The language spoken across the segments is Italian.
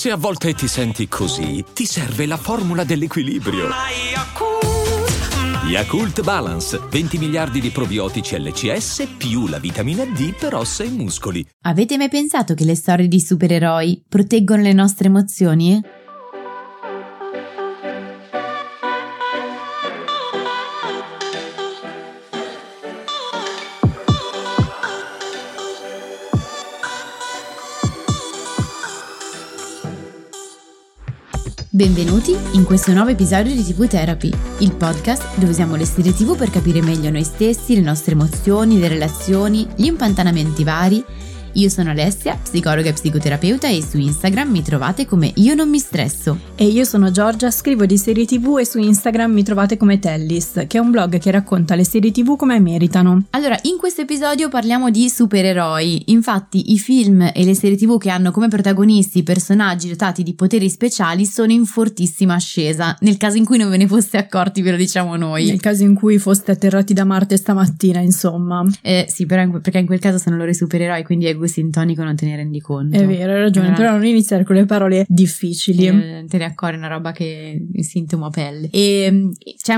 Se a volte ti senti così, ti serve la formula dell'equilibrio. Yakult Balance, 20 miliardi di probiotici LCS più la vitamina D per ossa e muscoli. Avete mai pensato che le storie di supereroi proteggono le nostre emozioni? Benvenuti in questo nuovo episodio di TV Therapy, il podcast dove usiamo le serie TV per capire meglio noi stessi, le nostre emozioni, le relazioni, gli impantanamenti vari. Io sono Alessia, psicologa e psicoterapeuta, e su Instagram mi trovate come Io non mi stresso. E io sono Giorgia, scrivo di serie TV e su Instagram mi trovate come Tellis, che è un blog che racconta le serie TV come meritano. Allora, in questo episodio parliamo di supereroi. Infatti i film e le serie TV che hanno come protagonisti personaggi dotati di poteri speciali sono in fortissima ascesa. Nel caso in cui non ve ne foste accorti, ve lo diciamo noi. Nel caso in cui foste atterrati da Marte stamattina, insomma. Sì, però perché in quel caso sono loro i supereroi, quindi è sintonico, non te ne rendi conto. È vero, hai ragione, però non iniziare con le parole difficili. Te ne accorgi, una roba che il sintomo a pelle. E c'è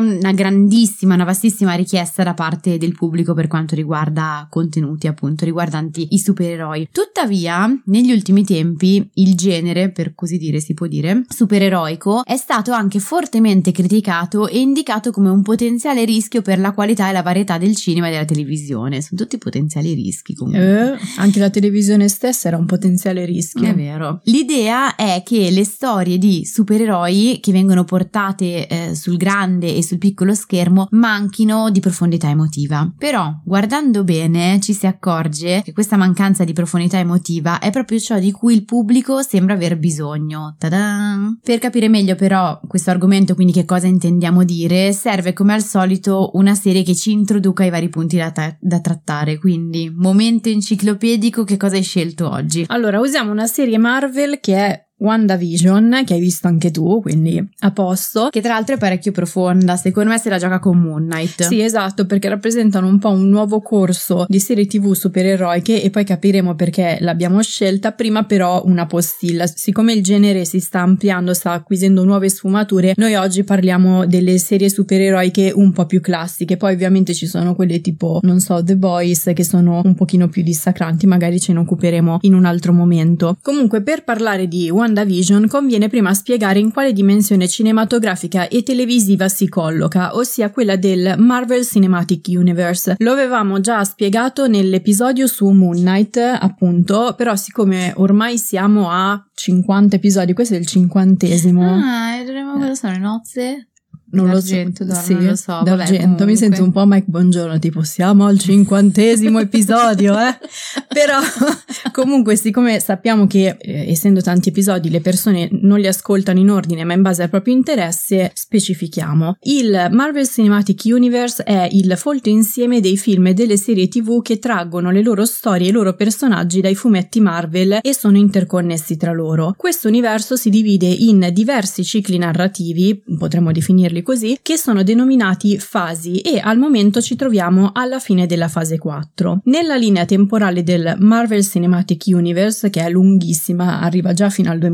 una vastissima richiesta da parte del pubblico per quanto riguarda contenuti appunto riguardanti i supereroi. Tuttavia, negli ultimi tempi il genere, per così dire, si può dire, supereroico è stato anche fortemente criticato e indicato come un potenziale rischio per la qualità e la varietà del cinema e della televisione. Sono tutti potenziali rischi comunque. Anche la televisione stessa era un potenziale rischio. È vero. L'idea è che le storie di supereroi che vengono portate sul grande e sul piccolo schermo manchino di profondità emotiva. Però, guardando bene, ci si accorge che questa mancanza di profondità emotiva è proprio ciò di cui il pubblico sembra aver bisogno. Ta-da! Per capire meglio però questo argomento, quindi che cosa intendiamo dire, serve come al solito una serie che ci introduca ai vari punti da trattare. Quindi, momento enciclopedico, che cosa hai scelto oggi? Allora, usiamo una serie Marvel che è WandaVision, che hai visto anche tu, quindi a posto. Che tra l'altro è parecchio profonda, secondo me se la gioca con Moon Knight. Sì, esatto, perché rappresentano un po' un nuovo corso di serie TV supereroiche e poi capiremo perché l'abbiamo scelta. Prima però una postilla, siccome il genere si sta ampliando, sta acquisendo nuove sfumature, noi oggi parliamo delle serie supereroiche un po' più classiche, poi ovviamente ci sono quelle tipo, non so, The Boys, che sono un pochino più dissacranti, magari ce ne occuperemo in un altro momento. Comunque, per parlare di WandaVision conviene prima spiegare in quale dimensione cinematografica e televisiva si colloca, ossia quella del Marvel Cinematic Universe. Lo avevamo già spiegato nell'episodio su Moon Knight, appunto, però siccome ormai siamo a 50 episodi, questo è il 50esimo. Ah, vedremo cosa sono le nozze? Non lo so, sì, non lo so, d'argento. Mi sento un po' Mike Bongiorno, tipo siamo al 50esimo episodio, Però comunque, siccome sappiamo che essendo tanti episodi le persone non li ascoltano in ordine ma in base al proprio interesse, specifichiamo. Il Marvel Cinematic Universe è il folto insieme dei film e delle serie TV che traggono le loro storie e i loro personaggi dai fumetti Marvel e sono interconnessi tra loro. Questo universo si divide in diversi cicli narrativi, potremmo definirli così, che sono denominati fasi, e al momento ci troviamo alla fine della fase 4. Nella linea temporale del Marvel Cinematic Universe, che è lunghissima, arriva già fino al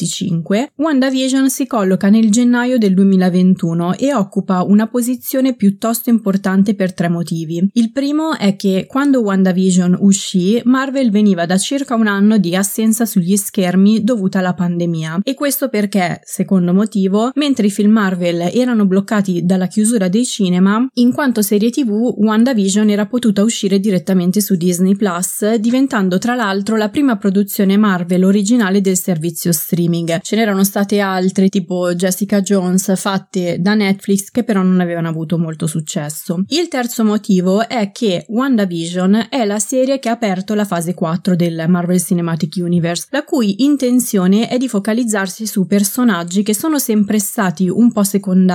2025, WandaVision si colloca nel gennaio del 2021 e occupa una posizione piuttosto importante per tre motivi. Il primo è che quando WandaVision uscì, Marvel veniva da circa un anno di assenza sugli schermi dovuta alla pandemia, e questo perché, secondo motivo, mentre i film Marvel erano bloccati dalla chiusura dei cinema, in quanto serie TV, WandaVision era potuta uscire direttamente su Disney Plus, diventando tra l'altro la prima produzione Marvel originale del servizio streaming. Ce n'erano state altre, tipo Jessica Jones, fatte da Netflix, che però non avevano avuto molto successo. Il terzo motivo è che WandaVision è la serie che ha aperto la fase 4 del Marvel Cinematic Universe, la cui intenzione è di focalizzarsi su personaggi che sono sempre stati un po' secondari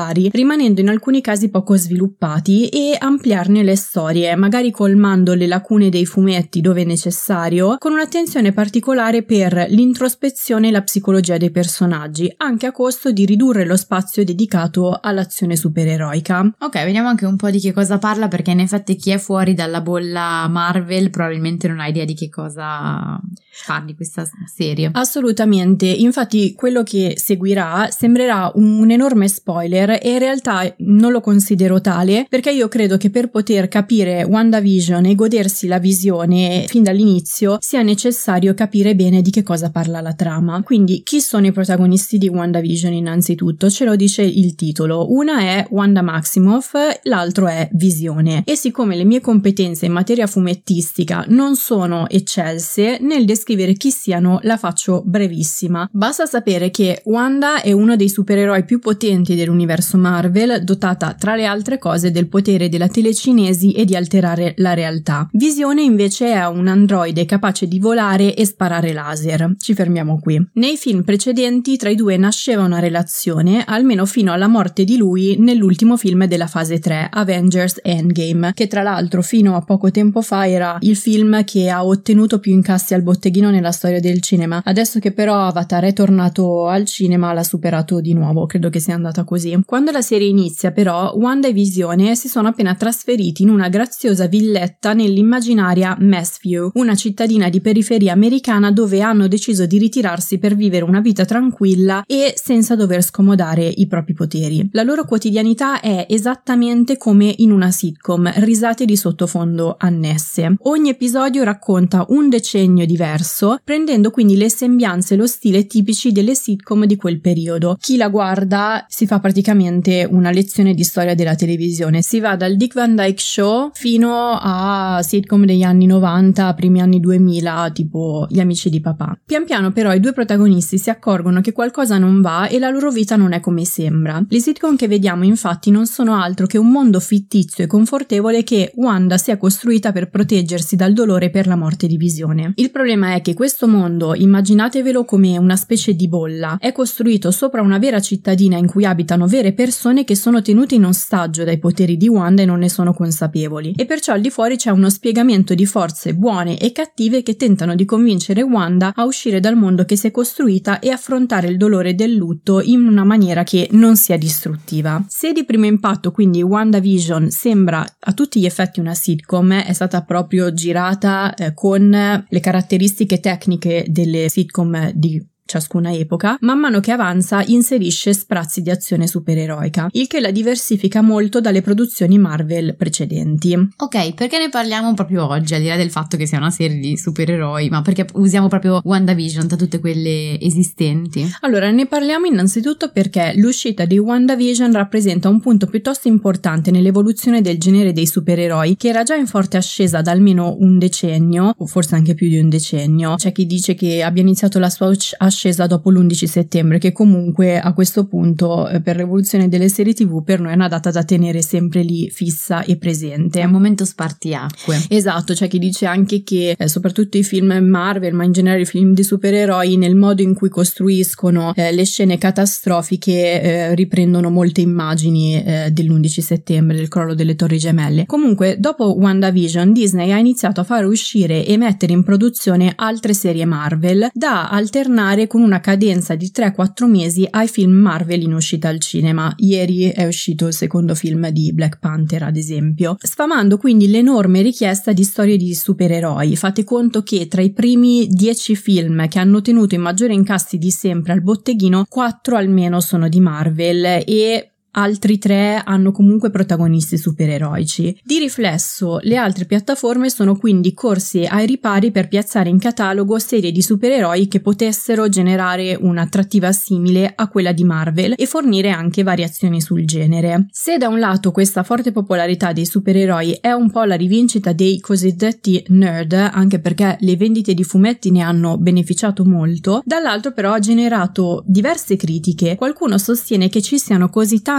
particolari, rimanendo in alcuni casi poco sviluppati, e ampliarne le storie, magari colmando le lacune dei fumetti dove necessario, con un'attenzione particolare per l'introspezione e la psicologia dei personaggi, anche a costo di ridurre lo spazio dedicato all'azione supereroica. Ok, vediamo anche un po' di che cosa parla, perché in effetti chi è fuori dalla bolla Marvel probabilmente non ha idea di che cosa parli questa serie. Assolutamente, infatti quello che seguirà sembrerà un enorme spoiler e in realtà non lo considero tale, perché io credo che per poter capire WandaVision e godersi la visione fin dall'inizio sia necessario capire bene di che cosa parla la trama. Quindi chi sono i protagonisti di WandaVision? Innanzitutto ce lo dice il titolo, una è Wanda Maximoff, l'altro è Visione, e siccome le mie competenze in materia fumettistica non sono eccelse nel descrivere chi siano, la faccio brevissima. Basta sapere che Wanda è uno dei supereroi più potenti dell'universo Marvel, dotata tra le altre cose del potere della telecinesi e di alterare la realtà. Visione invece è un androide capace di volare e sparare laser. Ci fermiamo qui. Nei film precedenti tra i due nasceva una relazione, almeno fino alla morte di lui nell'ultimo film della fase 3, Avengers Endgame, che tra l'altro fino a poco tempo fa era il film che ha ottenuto più incassi al botteghino nella storia del cinema. Adesso che però Avatar è tornato al cinema l'ha superato di nuovo, credo che sia andata così. Quando la serie inizia però, Wanda e Visione si sono appena trasferiti in una graziosa villetta nell'immaginaria Masview, una cittadina di periferia americana dove hanno deciso di ritirarsi per vivere una vita tranquilla e senza dover scomodare i propri poteri. La loro quotidianità è esattamente come in una sitcom, risate di sottofondo annesse. Ogni episodio racconta un decennio diverso, prendendo quindi le sembianze e lo stile tipici delle sitcom di quel periodo. Chi la guarda si fa praticamente una lezione di storia della televisione. Si va dal Dick Van Dyke Show fino a sitcom degli anni 90, primi anni 2000, tipo Gli amici di papà. Pian piano però i due protagonisti si accorgono che qualcosa non va e la loro vita non è come sembra. Le sitcom che vediamo infatti non sono altro che un mondo fittizio e confortevole che Wanda si è costruita per proteggersi dal dolore per la morte di Visione. Il problema è che questo mondo, immaginatevelo come una specie di bolla, è costruito sopra una vera cittadina in cui abitano vere persone che sono tenute in ostaggio dai poteri di Wanda e non ne sono consapevoli, e perciò al di fuori c'è uno spiegamento di forze buone e cattive che tentano di convincere Wanda a uscire dal mondo che si è costruita e affrontare il dolore del lutto in una maniera che non sia distruttiva. Se di primo impatto quindi WandaVision sembra a tutti gli effetti una sitcom, è stata proprio girata con le caratteristiche tecniche delle sitcom di ciascuna epoca, man mano che avanza inserisce sprazzi di azione supereroica, il che la diversifica molto dalle produzioni Marvel precedenti. Ok, perché ne parliamo proprio oggi, al di là del fatto che sia una serie di supereroi, ma perché usiamo proprio WandaVision tra tutte quelle esistenti? Allora, ne parliamo innanzitutto perché l'uscita di WandaVision rappresenta un punto piuttosto importante nell'evoluzione del genere dei supereroi, che era già in forte ascesa da almeno un decennio, o forse anche più di un decennio. C'è chi dice che abbia iniziato la sua ascesa dopo l'11 settembre, che comunque a questo punto per l'evoluzione delle serie TV per noi è una data da tenere sempre lì fissa e presente. È un momento spartiacque. Esatto, c'è chi dice anche che soprattutto i film Marvel, ma in generale i film di supereroi, nel modo in cui costruiscono le scene catastrofiche riprendono molte immagini dell'11 settembre, del crollo delle Torri Gemelle. Comunque, dopo WandaVision, Disney ha iniziato a fare uscire e mettere in produzione altre serie Marvel da alternare con una cadenza di 3-4 mesi ai film Marvel in uscita al cinema. Ieri è uscito il secondo film di Black Panther, ad esempio, sfamando quindi l'enorme richiesta di storie di supereroi. Fate conto che tra i primi 10 film che hanno ottenuto i maggiori incassi di sempre al botteghino, 4 almeno sono di Marvel e altri 3 hanno comunque protagonisti supereroici. Di riflesso, le altre piattaforme sono quindi corse ai ripari per piazzare in catalogo serie di supereroi che potessero generare un'attrattiva simile a quella di Marvel e fornire anche variazioni sul genere. Se da un lato questa forte popolarità dei supereroi è un po' la rivincita dei cosiddetti nerd, anche perché le vendite di fumetti ne hanno beneficiato molto, dall'altro però ha generato diverse critiche. Qualcuno sostiene che ci siano così tanti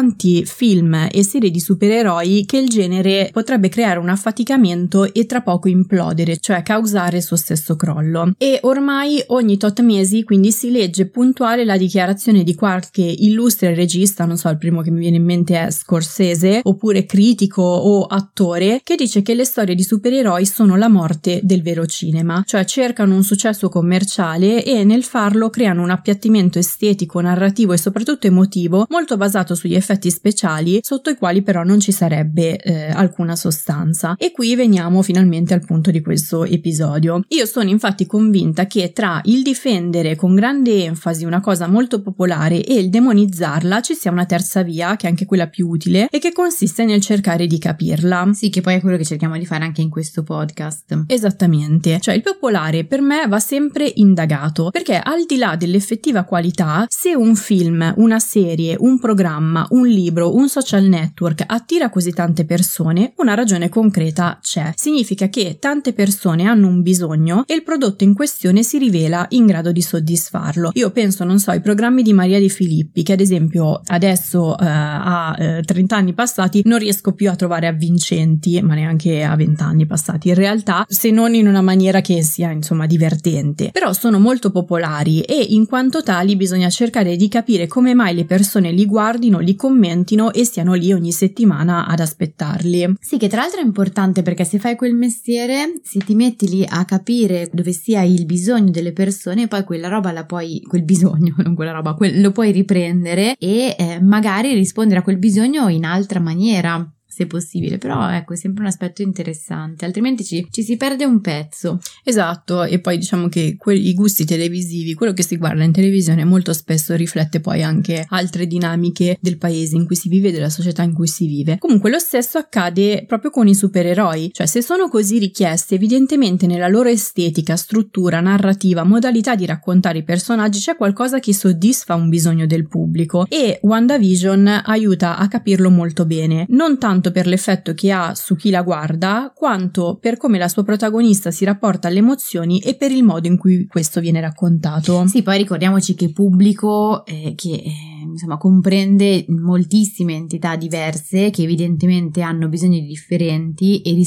tanti film e serie di supereroi che il genere potrebbe creare un affaticamento e tra poco implodere, cioè causare il suo stesso crollo. E ormai ogni tot mesi quindi si legge puntuale la dichiarazione di qualche illustre regista, non so, il primo che mi viene in mente è Scorsese, oppure critico o attore, che dice che le storie di supereroi sono la morte del vero cinema, cioè cercano un successo commerciale e nel farlo creano un appiattimento estetico, narrativo e soprattutto emotivo molto basato sugli effetti speciali, sotto i quali però non ci sarebbe alcuna sostanza. E qui veniamo finalmente al punto di questo episodio. Io sono infatti convinta che tra il difendere con grande enfasi una cosa molto popolare e il demonizzarla ci sia una terza via, che è anche quella più utile e che consiste nel cercare di capirla. Sì, che poi è quello che cerchiamo di fare anche in questo podcast. Esattamente, cioè il popolare per me va sempre indagato, perché al di là dell'effettiva qualità, se un film, una serie, un programma, un libro, un social network attira così tante persone, una ragione concreta c'è. Significa che tante persone hanno un bisogno e il prodotto in questione si rivela in grado di soddisfarlo. Io penso, non so, ai programmi di Maria De Filippi, che ad esempio adesso a 30 anni passati non riesco più a trovare avvincenti, ma neanche a 20 anni passati in realtà, se non in una maniera che sia insomma divertente. Però sono molto popolari e in quanto tali bisogna cercare di capire come mai le persone li guardino, li commentino e stiano lì ogni settimana ad aspettarli. Sì, che tra l'altro è importante, perché se fai quel mestiere, se ti metti lì a capire dove sia il bisogno delle persone, poi quella roba la puoi, quel bisogno, non quella roba, lo puoi riprendere e magari rispondere a quel bisogno in altra maniera, se possibile. Però ecco, è sempre un aspetto interessante, altrimenti ci si perde un pezzo. Esatto, e poi diciamo che i gusti televisivi, quello che si guarda in televisione molto spesso riflette poi anche altre dinamiche del paese in cui si vive, della società in cui si vive. Comunque lo stesso accade proprio con i supereroi, cioè se sono così richiesti, evidentemente nella loro estetica, struttura, narrativa, modalità di raccontare i personaggi c'è qualcosa che soddisfa un bisogno del pubblico, e WandaVision aiuta a capirlo molto bene, non tanto per l'effetto che ha su chi la guarda, quanto per come la sua protagonista si rapporta alle emozioni e per il modo in cui questo viene raccontato. Sì, poi ricordiamoci che pubblico che insomma comprende moltissime entità diverse che evidentemente hanno bisogni differenti e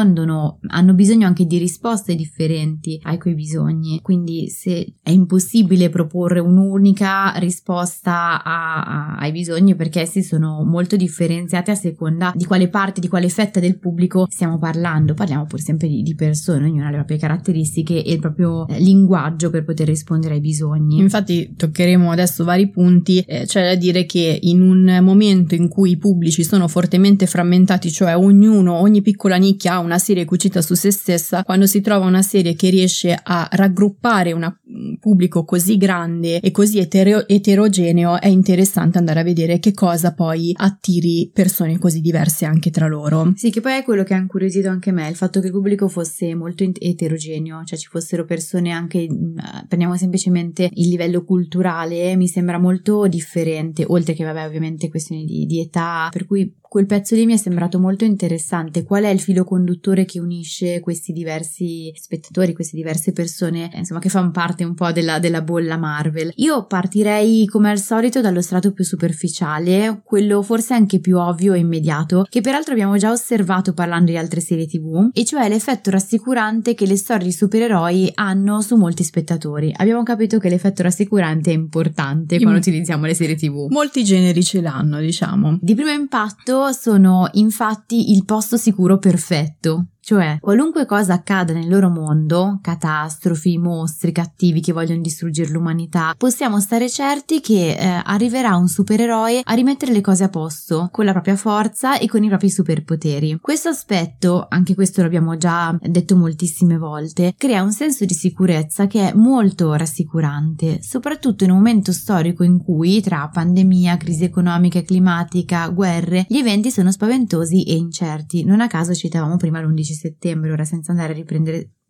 hanno bisogno anche di risposte differenti ai quei bisogni, quindi se è impossibile proporre un'unica risposta ai bisogni, perché essi sono molto differenziati a seconda di quale parte, di quale fetta del pubblico stiamo parlando. Parliamo pur sempre di persone, ognuna ha le proprie caratteristiche e il proprio linguaggio per poter rispondere ai bisogni. Infatti toccheremo adesso vari punti, c'è da dire che in un momento in cui i pubblici sono fortemente frammentati, cioè ogni piccola nicchia ha una serie cucita su se stessa, quando si trova una serie che riesce a raggruppare un pubblico così grande e così eterogeneo, è interessante andare a vedere che cosa poi attiri persone così diverse anche tra loro. Sì, che poi è quello che ha incuriosito anche me, il fatto che il pubblico fosse molto eterogeneo, cioè ci fossero persone anche, prendiamo semplicemente il livello culturale, mi sembra molto differente, oltre che vabbè ovviamente questioni di età, per cui quel pezzo lì mi è sembrato molto interessante. Qual è il filo conduttore che unisce questi diversi spettatori, queste diverse persone, insomma, che fanno parte un po' della bolla Marvel? Io partirei come al solito dallo strato più superficiale, quello forse anche più ovvio e immediato, che peraltro abbiamo già osservato parlando di altre serie TV, e cioè l'effetto rassicurante che le storie di supereroi hanno su molti spettatori. Abbiamo capito che l'effetto rassicurante è importante quando utilizziamo le serie TV. Molti generi ce l'hanno, diciamo. Di primo impatto sono infatti il posto sicuro perfetto. Cioè, qualunque cosa accada nel loro mondo, catastrofi, mostri, cattivi che vogliono distruggere l'umanità, possiamo stare certi che arriverà un supereroe a rimettere le cose a posto, con la propria forza e con i propri superpoteri. Questo aspetto, anche questo l'abbiamo già detto moltissime volte, crea un senso di sicurezza che è molto rassicurante, soprattutto in un momento storico in cui, tra pandemia, crisi economica e climatica, guerre, gli eventi sono spaventosi e incerti. Non a caso citavamo prima l'11 settembre, ora senza andare a riprendere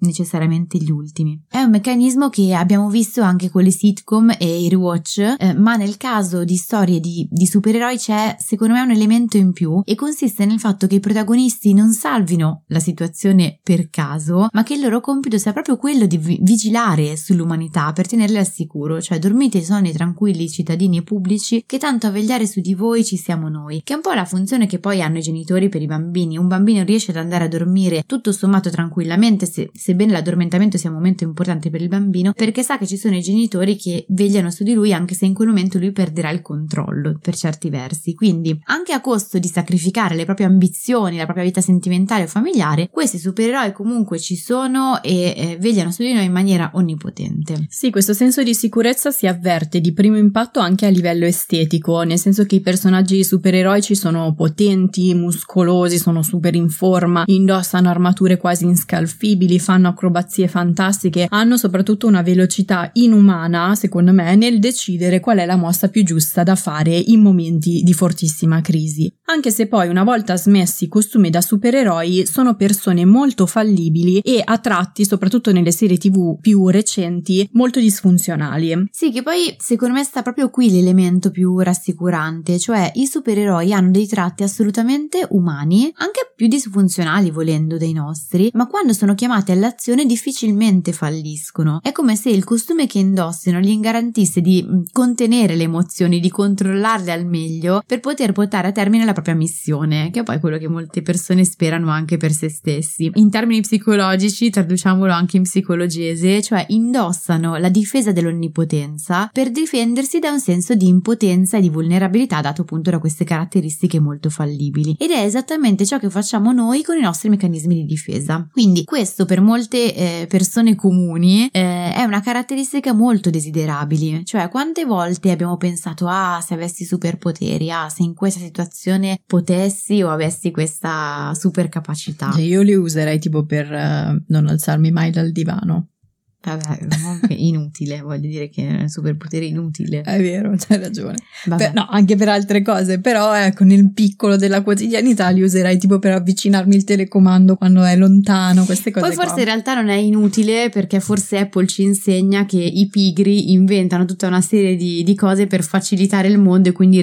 necessariamente gli ultimi. È un meccanismo che abbiamo visto anche con le sitcom e i rewatch, ma nel caso di storie di supereroi c'è secondo me un elemento in più, e consiste nel fatto che i protagonisti non salvino la situazione per caso, ma che il loro compito sia proprio quello di vigilare sull'umanità per tenerli al sicuro, cioè dormite sonni tranquilli cittadini e pubblici, che tanto a vegliare su di voi ci siamo noi, che è un po' la funzione che poi hanno i genitori per i bambini. Un bambino riesce ad andare a dormire tutto sommato tranquillamente, sebbene l'addormentamento sia un momento importante per il bambino, perché sa che ci sono i genitori che vegliano su di lui, anche se in quel momento lui perderà il controllo per certi versi. Quindi, anche a costo di sacrificare le proprie ambizioni, la propria vita sentimentale o familiare, questi supereroi comunque ci sono e vegliano su di noi in maniera onnipotente. Sì, questo senso di sicurezza si avverte di primo impatto anche a livello estetico, nel senso che i personaggi supereroici sono potenti, muscolosi, sono super in forma, indossano armature quasi inscalfibili, fanno acrobazie fantastiche, hanno soprattutto una velocità inumana, secondo me, nel decidere qual è la mossa più giusta da fare in momenti di fortissima crisi. Anche se poi, una volta smessi i costumi da supereroi, sono persone molto fallibili e a tratti, soprattutto nelle serie TV più recenti, molto disfunzionali. Sì, che poi secondo me sta proprio qui l'elemento più rassicurante, cioè i supereroi hanno dei tratti assolutamente umani, anche più disfunzionali volendo dei nostri, ma quando sono chiamati all'azione difficilmente falliscono. È come se il costume che indossano gli garantisse di contenere le emozioni, di controllarle al meglio per poter portare a termine la propria missione, che è poi quello che molte persone sperano anche per se stessi. In termini psicologici, traduciamolo anche in psicologiese, cioè indossano la difesa dell'onnipotenza per difendersi da un senso di impotenza e di vulnerabilità dato appunto da queste caratteristiche molto fallibili, ed è esattamente ciò che facciamo noi con i nostri meccanismi di difesa. Quindi questo per molte persone comuni è una caratteristica molto desiderabile, cioè quante volte abbiamo pensato se avessi superpoteri, se in questa situazione potessi o avessi questa super capacità. Io li userei tipo per non alzarmi mai dal divano. Vabbè, inutile, voglio dire che è un superpotere inutile. È vero, c'hai ragione. No, anche per altre cose, però ecco, nel piccolo della quotidianità li userai tipo per avvicinarmi il telecomando quando è lontano, queste cose. Poi forse in realtà non è inutile, perché forse Apple ci insegna che i pigri inventano tutta una serie di cose per facilitare il mondo e quindi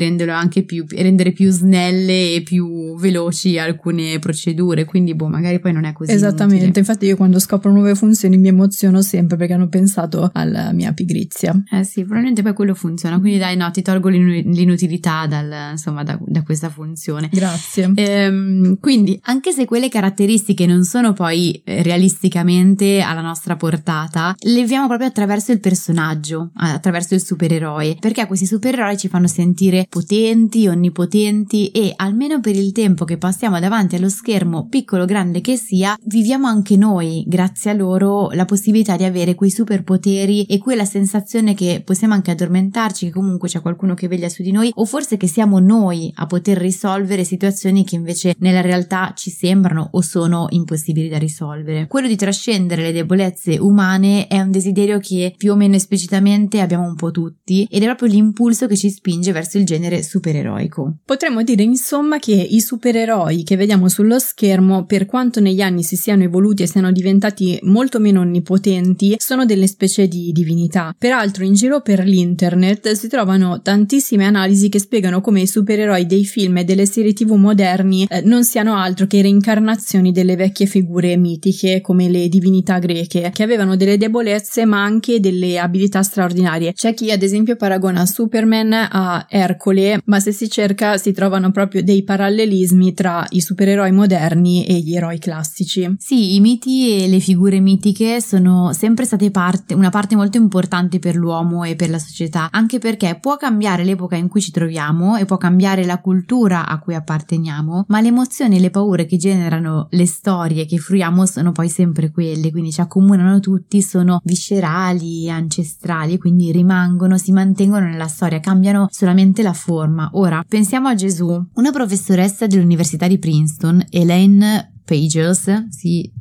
rendere più snelle e più veloci alcune procedure, quindi magari poi non è così. Esattamente, inutile. Infatti io quando scopro nuove funzioni mi emoziono sempre, perché hanno pensato alla mia pigrizia. Sì, probabilmente poi quello funziona, quindi dai, no, ti tolgo l'inutilità da questa funzione. Grazie. Quindi, anche se quelle caratteristiche non sono poi realisticamente alla nostra portata, le viviamo proprio attraverso il personaggio, attraverso il supereroe, perché questi supereroi ci fanno sentire potenti, onnipotenti, e almeno per il tempo che passiamo davanti allo schermo, piccolo o grande che sia, viviamo anche noi, grazie a loro, la possibilità di avere quei superpoteri e quella sensazione che possiamo anche addormentarci, che comunque c'è qualcuno che veglia su di noi, o forse che siamo noi a poter risolvere situazioni che invece nella realtà ci sembrano o sono impossibili da risolvere. Quello di trascendere le debolezze umane è un desiderio che più o meno esplicitamente abbiamo un po' tutti, ed è proprio l'impulso che ci spinge verso il genere supereroico. Potremmo dire insomma che i supereroi che vediamo sullo schermo, per quanto negli anni si siano evoluti e siano diventati molto meno onnipotenti, sono delle specie di divinità. Peraltro in giro per l'internet si trovano tantissime analisi che spiegano come i supereroi dei film e delle serie TV moderni non siano altro che reincarnazioni delle vecchie figure mitiche come le divinità greche, che avevano delle debolezze ma anche delle abilità straordinarie. C'è chi ad esempio paragona Superman a Ercole, ma se si cerca si trovano proprio dei parallelismi tra i supereroi moderni e gli eroi classici. Sì, i miti e le figure mitiche sono sempre state una parte molto importante per l'uomo e per la società, anche perché può cambiare l'epoca in cui ci troviamo e può cambiare la cultura a cui apparteniamo, ma le emozioni e le paure che generano le storie che fruiamo sono poi sempre quelle, quindi ci accomunano tutti, sono viscerali, ancestrali, quindi si mantengono nella storia, cambiano solamente la forma. Ora, pensiamo a Gesù. Una professoressa dell'Università di Princeton, Elaine Pages, si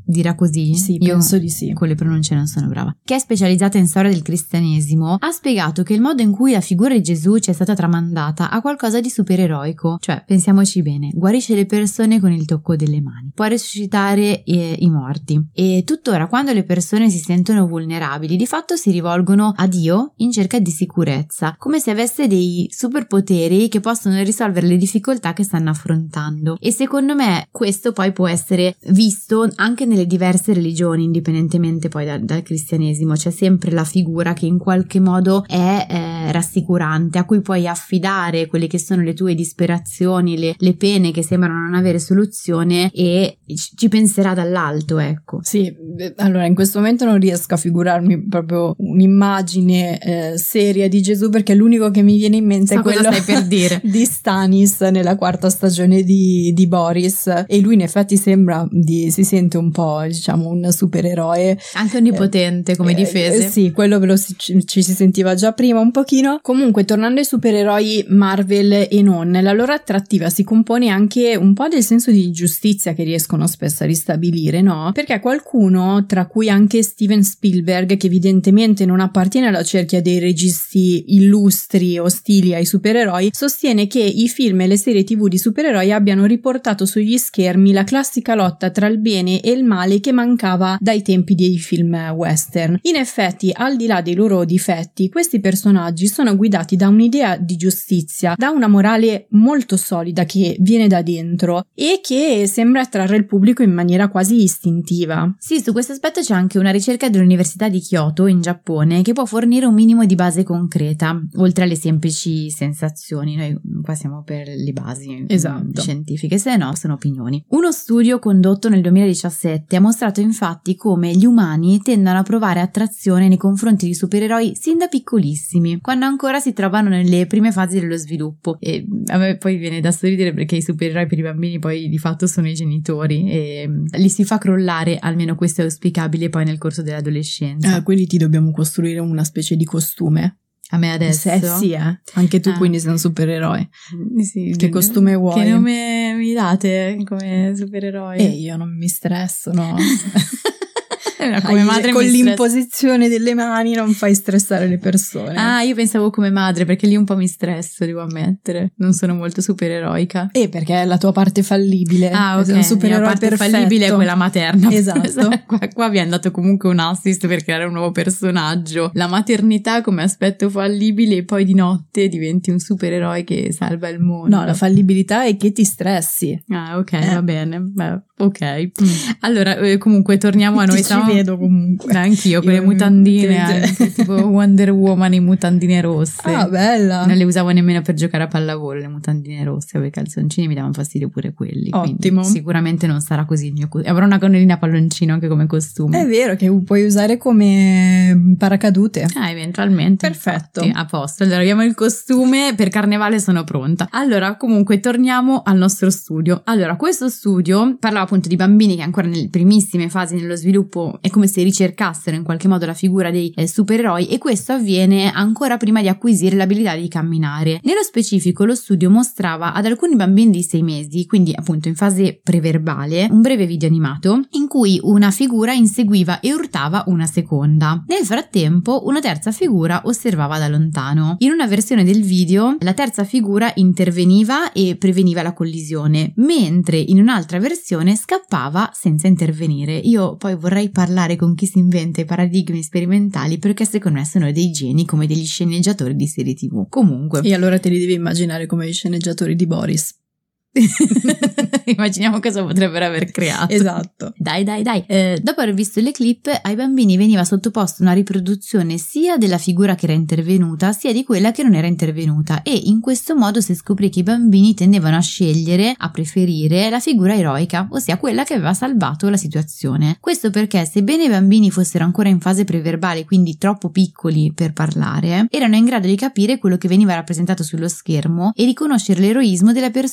dirà così? Sì, penso di sì. Con le pronunce non sono brava. Che è specializzata in storia del cristianesimo, ha spiegato che il modo in cui la figura di Gesù ci è stata tramandata ha qualcosa di supereroico. Cioè, pensiamoci bene, guarisce le persone con il tocco delle mani, può resuscitare i morti. E tuttora, quando le persone si sentono vulnerabili, di fatto si rivolgono a Dio in cerca di sicurezza, come se avesse dei superpoteri che possono risolvere le difficoltà che stanno affrontando. E secondo me questo poi può essere visto anche nelle diverse religioni, indipendentemente poi dal cristianesimo. C'è sempre la figura che in qualche modo è rassicurante, a cui puoi affidare quelle che sono le tue disperazioni, le pene che sembrano non avere soluzione, e ci penserà dall'alto, ecco. Sì, allora in questo momento non riesco a figurarmi proprio un'immagine seria di Gesù, perché l'unico che mi viene in mente è quello stai per dire. Di Stanis nella 4ª stagione di Boris, e lui in effetti si sente un po', diciamo, un supereroe, anche onnipotente come difese. Sì, quello ci si sentiva già prima un pochino. Comunque, tornando ai supereroi Marvel e non, la loro attrattiva si compone anche un po' del senso di giustizia che riescono spesso a ristabilire, no? Perché qualcuno, tra cui anche Steven Spielberg, che evidentemente non appartiene alla cerchia dei registi illustri ostili ai supereroi, sostiene che i film e le serie TV di supereroi abbiano riportato sugli schermi la classica lotta tra il bene e il male che mancava dai tempi dei film western. In effetti, al di là dei loro difetti, questi personaggi sono guidati da un'idea di giustizia, da una morale molto solida che viene da dentro e che sembra attrarre il pubblico in maniera quasi istintiva. Sì, su questo aspetto c'è anche una ricerca dell'Università di Kyoto in Giappone che può fornire un minimo di base concreta, oltre alle semplici sensazioni. Noi qua siamo per le basi scientifiche, se no sono opinioni. Uno studio condotto nel 2017 ha mostrato infatti come gli umani tendano a provare attrazione nei confronti di supereroi sin da piccolissimi, quando ancora si trovano nelle prime fasi dello sviluppo. E a me poi viene da sorridere perché i supereroi per i bambini poi di fatto sono i genitori e li si fa crollare, almeno questo è auspicabile, poi nel corso dell'adolescenza. Quindi ti dobbiamo costruire una specie di costume. A me adesso? Sì, anche tu quindi sei un supereroe. Sì, che costume vuoi? Che nome mi date come supereroe? Io non mi stresso, no? Come madre con l'imposizione delle mani non fai stressare le persone. Io pensavo come madre, perché lì un po' mi stresso, devo ammettere. Non sono molto supereroica. Perché è la tua parte fallibile. Ok, sei un supereroe la parte perfetto. fallibile è quella materna. Esatto. Qua vi hanno dato comunque un assist per creare un nuovo personaggio. La maternità come aspetto fallibile, e poi di notte diventi un supereroe che salva il mondo. No, la fallibilità è che ti stressi. Ok, va bene. Beh, ok. Allora, comunque torniamo a noi. Vedo comunque anch'io con le mutandine anche, tipo Wonder Woman in mutandine rosse. Bella. Non le usavo nemmeno per giocare a pallavolo le mutandine rosse, o i calzoncini mi davano fastidio pure quelli. Ottimo. Sicuramente non sarà così il mio avrò una gonnellina palloncino anche come costume. È vero che puoi usare come paracadute. Eventualmente. Perfetto. Infatti, a posto. Allora abbiamo il costume per carnevale, sono pronta. Allora comunque torniamo al nostro studio. Allora questo studio parlava appunto di bambini che ancora nelle primissime fasi nello sviluppo è come se ricercassero in qualche modo la figura dei supereroi, e questo avviene ancora prima di acquisire l'abilità di camminare. Nello specifico lo studio mostrava ad alcuni bambini di 6 mesi, quindi appunto in fase preverbale, un breve video animato in cui una figura inseguiva e urtava una seconda. Nel frattempo una terza figura osservava da lontano. In una versione del video la terza figura interveniva e preveniva la collisione, mentre in un'altra versione scappava senza intervenire. Io poi vorrei parlare con chi si inventa i paradigmi sperimentali, perché secondo me sono dei geni come degli sceneggiatori di serie TV. Comunque. E allora te li devi immaginare come gli sceneggiatori di Boris. Immaginiamo cosa potrebbero aver creato. Esatto. Dai. Dopo aver visto le clip, ai bambini veniva sottoposta una riproduzione sia della figura che era intervenuta sia di quella che non era intervenuta, e in questo modo si scoprì che i bambini tendevano a preferire la figura eroica, ossia quella che aveva salvato la situazione. Questo perché, sebbene i bambini fossero ancora in fase preverbale, quindi troppo piccoli per parlare, erano in grado di capire quello che veniva rappresentato sullo schermo e riconoscere l'eroismo della persona intervenuta.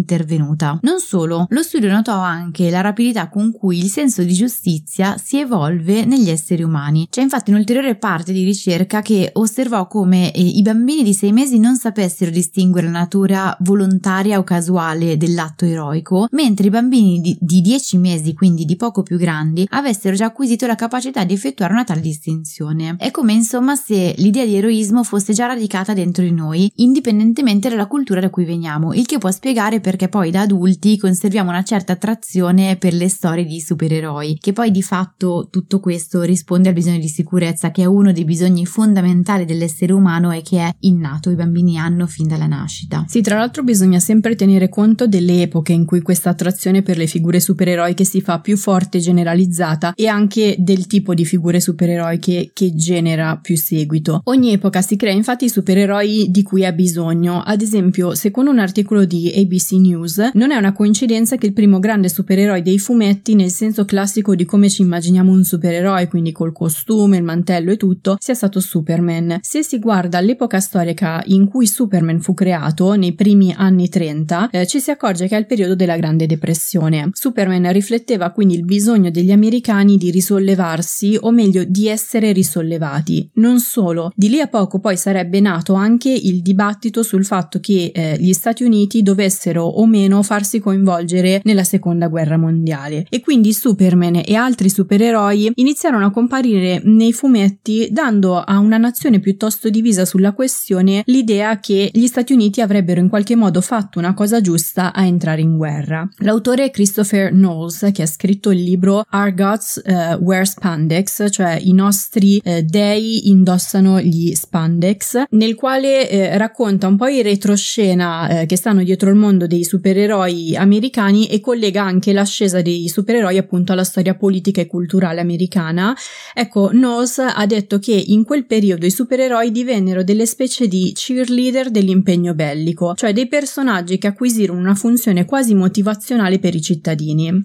intervenuta. Non solo, lo studio notò anche la rapidità con cui il senso di giustizia si evolve negli esseri umani. C'è infatti un'ulteriore parte di ricerca che osservò come i bambini di 6 mesi non sapessero distinguere la natura volontaria o casuale dell'atto eroico, mentre i bambini di 10 mesi, quindi di poco più grandi, avessero già acquisito la capacità di effettuare una tale distinzione. È come insomma se l'idea di eroismo fosse già radicata dentro di noi, indipendentemente dalla cultura da cui veniamo, il che può spiegare perché poi da adulti conserviamo una certa attrazione per le storie di supereroi, che poi di fatto tutto questo risponde al bisogno di sicurezza, che è uno dei bisogni fondamentali dell'essere umano e che è innato, i bambini hanno fin dalla nascita. Sì, tra l'altro bisogna sempre tenere conto delle epoche in cui questa attrazione per le figure supereroiche si fa più forte e generalizzata, e anche del tipo di figure supereroiche che genera più seguito. Ogni epoca si crea infatti i supereroi di cui ha bisogno. Ad esempio, secondo un articolo di ABC News, non è una coincidenza che il primo grande supereroe dei fumetti, nel senso classico di come ci immaginiamo un supereroe, quindi col costume, il mantello e tutto, sia stato Superman. Se si guarda all'epoca storica in cui Superman fu creato, nei primi anni 30, ci si accorge che è il periodo della Grande Depressione. Superman rifletteva quindi il bisogno degli americani di risollevarsi, o meglio di essere risollevati. Non solo, di lì a poco poi sarebbe nato anche il dibattito sul fatto che gli Stati Uniti dovessero o meno farsi coinvolgere nella seconda guerra mondiale, e quindi Superman e altri supereroi iniziarono a comparire nei fumetti, dando a una nazione piuttosto divisa sulla questione l'idea che gli Stati Uniti avrebbero in qualche modo fatto una cosa giusta a entrare in guerra. L'autore Christopher Knowles, che ha scritto il libro Our Gods Wear Spandex, cioè i nostri dei indossano gli spandex, nel quale racconta un po' i retroscena che stanno dietro il mondo dei supereroi americani e collega anche l'ascesa dei supereroi appunto alla storia politica e culturale americana. Ecco, Knowles ha detto che in quel periodo i supereroi divennero delle specie di cheerleader dell'impegno bellico, cioè dei personaggi che acquisirono una funzione quasi motivazionale per i cittadini.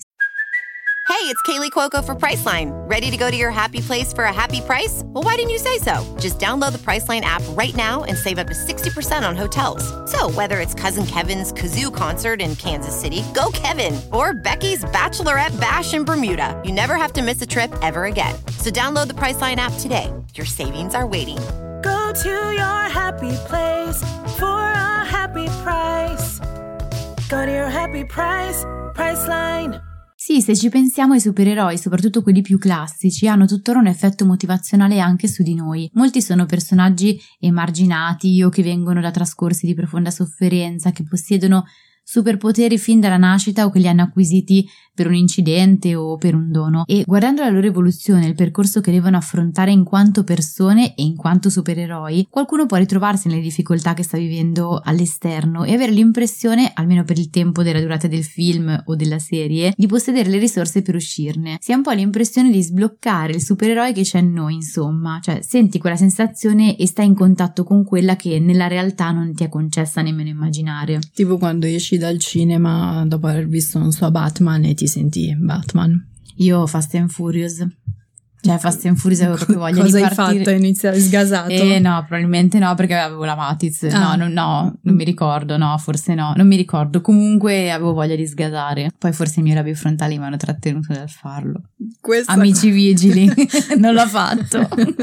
Hey, it's Kaylee Cuoco for Priceline. Ready to go to your happy place for a happy price? Well, why didn't you say so? Just download the Priceline app right now and save up to 60% on hotels. So whether it's Cousin Kevin's Kazoo Concert in Kansas City, go Kevin, or Becky's Bachelorette Bash in Bermuda, you never have to miss a trip ever again. So download the Priceline app today. Your savings are waiting. Go to your happy place for a happy price. Go to your happy price, Priceline. Sì, se ci pensiamo, i supereroi, soprattutto quelli più classici, hanno tuttora un effetto motivazionale anche su di noi. Molti sono personaggi emarginati o che vengono da trascorsi di profonda sofferenza, che possiedono superpoteri fin dalla nascita o che li hanno acquisiti per un incidente o per un dono, e guardando la loro evoluzione, il percorso che devono affrontare in quanto persone e in quanto supereroi, qualcuno può ritrovarsi nelle difficoltà che sta vivendo all'esterno e avere l'impressione, almeno per il tempo della durata del film o della serie, di possedere le risorse per uscirne. Si ha un po' l'impressione di sbloccare il supereroe che c'è in noi, insomma, cioè senti quella sensazione e stai in contatto con quella che nella realtà non ti è concessa nemmeno immaginare. Tipo quando esci dal cinema dopo aver visto, non so, Batman e ti senti Batman. Io Fast and Furious. Cioè Fast and Furious avevo proprio voglia Cosa di partire. Cosa hai fatto? Iniziare sgasato? No, probabilmente no, perché avevo la Matiz. No, non mi ricordo, no, forse no, non mi ricordo. Comunque avevo voglia di sgasare. Poi forse i miei lobi frontali mi hanno trattenuto dal farlo. Amici vigili, non l'ho fatto.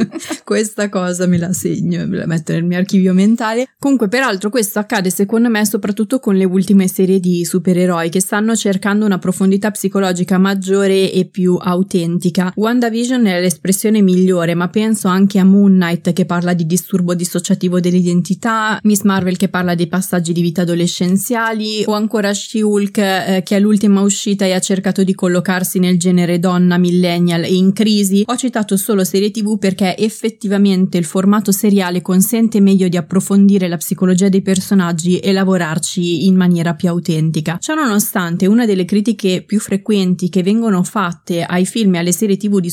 Questa cosa me la segno, me la metto nel mio archivio mentale. Comunque, peraltro, questo accade secondo me soprattutto con le ultime serie di supereroi che stanno cercando una profondità psicologica maggiore e più autentica. WandaVision è l'espressione migliore, ma penso anche a Moon Knight che parla di disturbo dissociativo dell'identità, Miss Marvel che parla dei passaggi di vita adolescenziali, o ancora She-Hulk che è l'ultima uscita e ha cercato di collocarsi nel genere donna millennial e in crisi. Ho citato solo serie TV perché effettivamente il formato seriale consente meglio di approfondire la psicologia dei personaggi e lavorarci in maniera più autentica. Ciononostante, una delle critiche più frequenti che vengono fatte ai film e alle serie TV di supereroi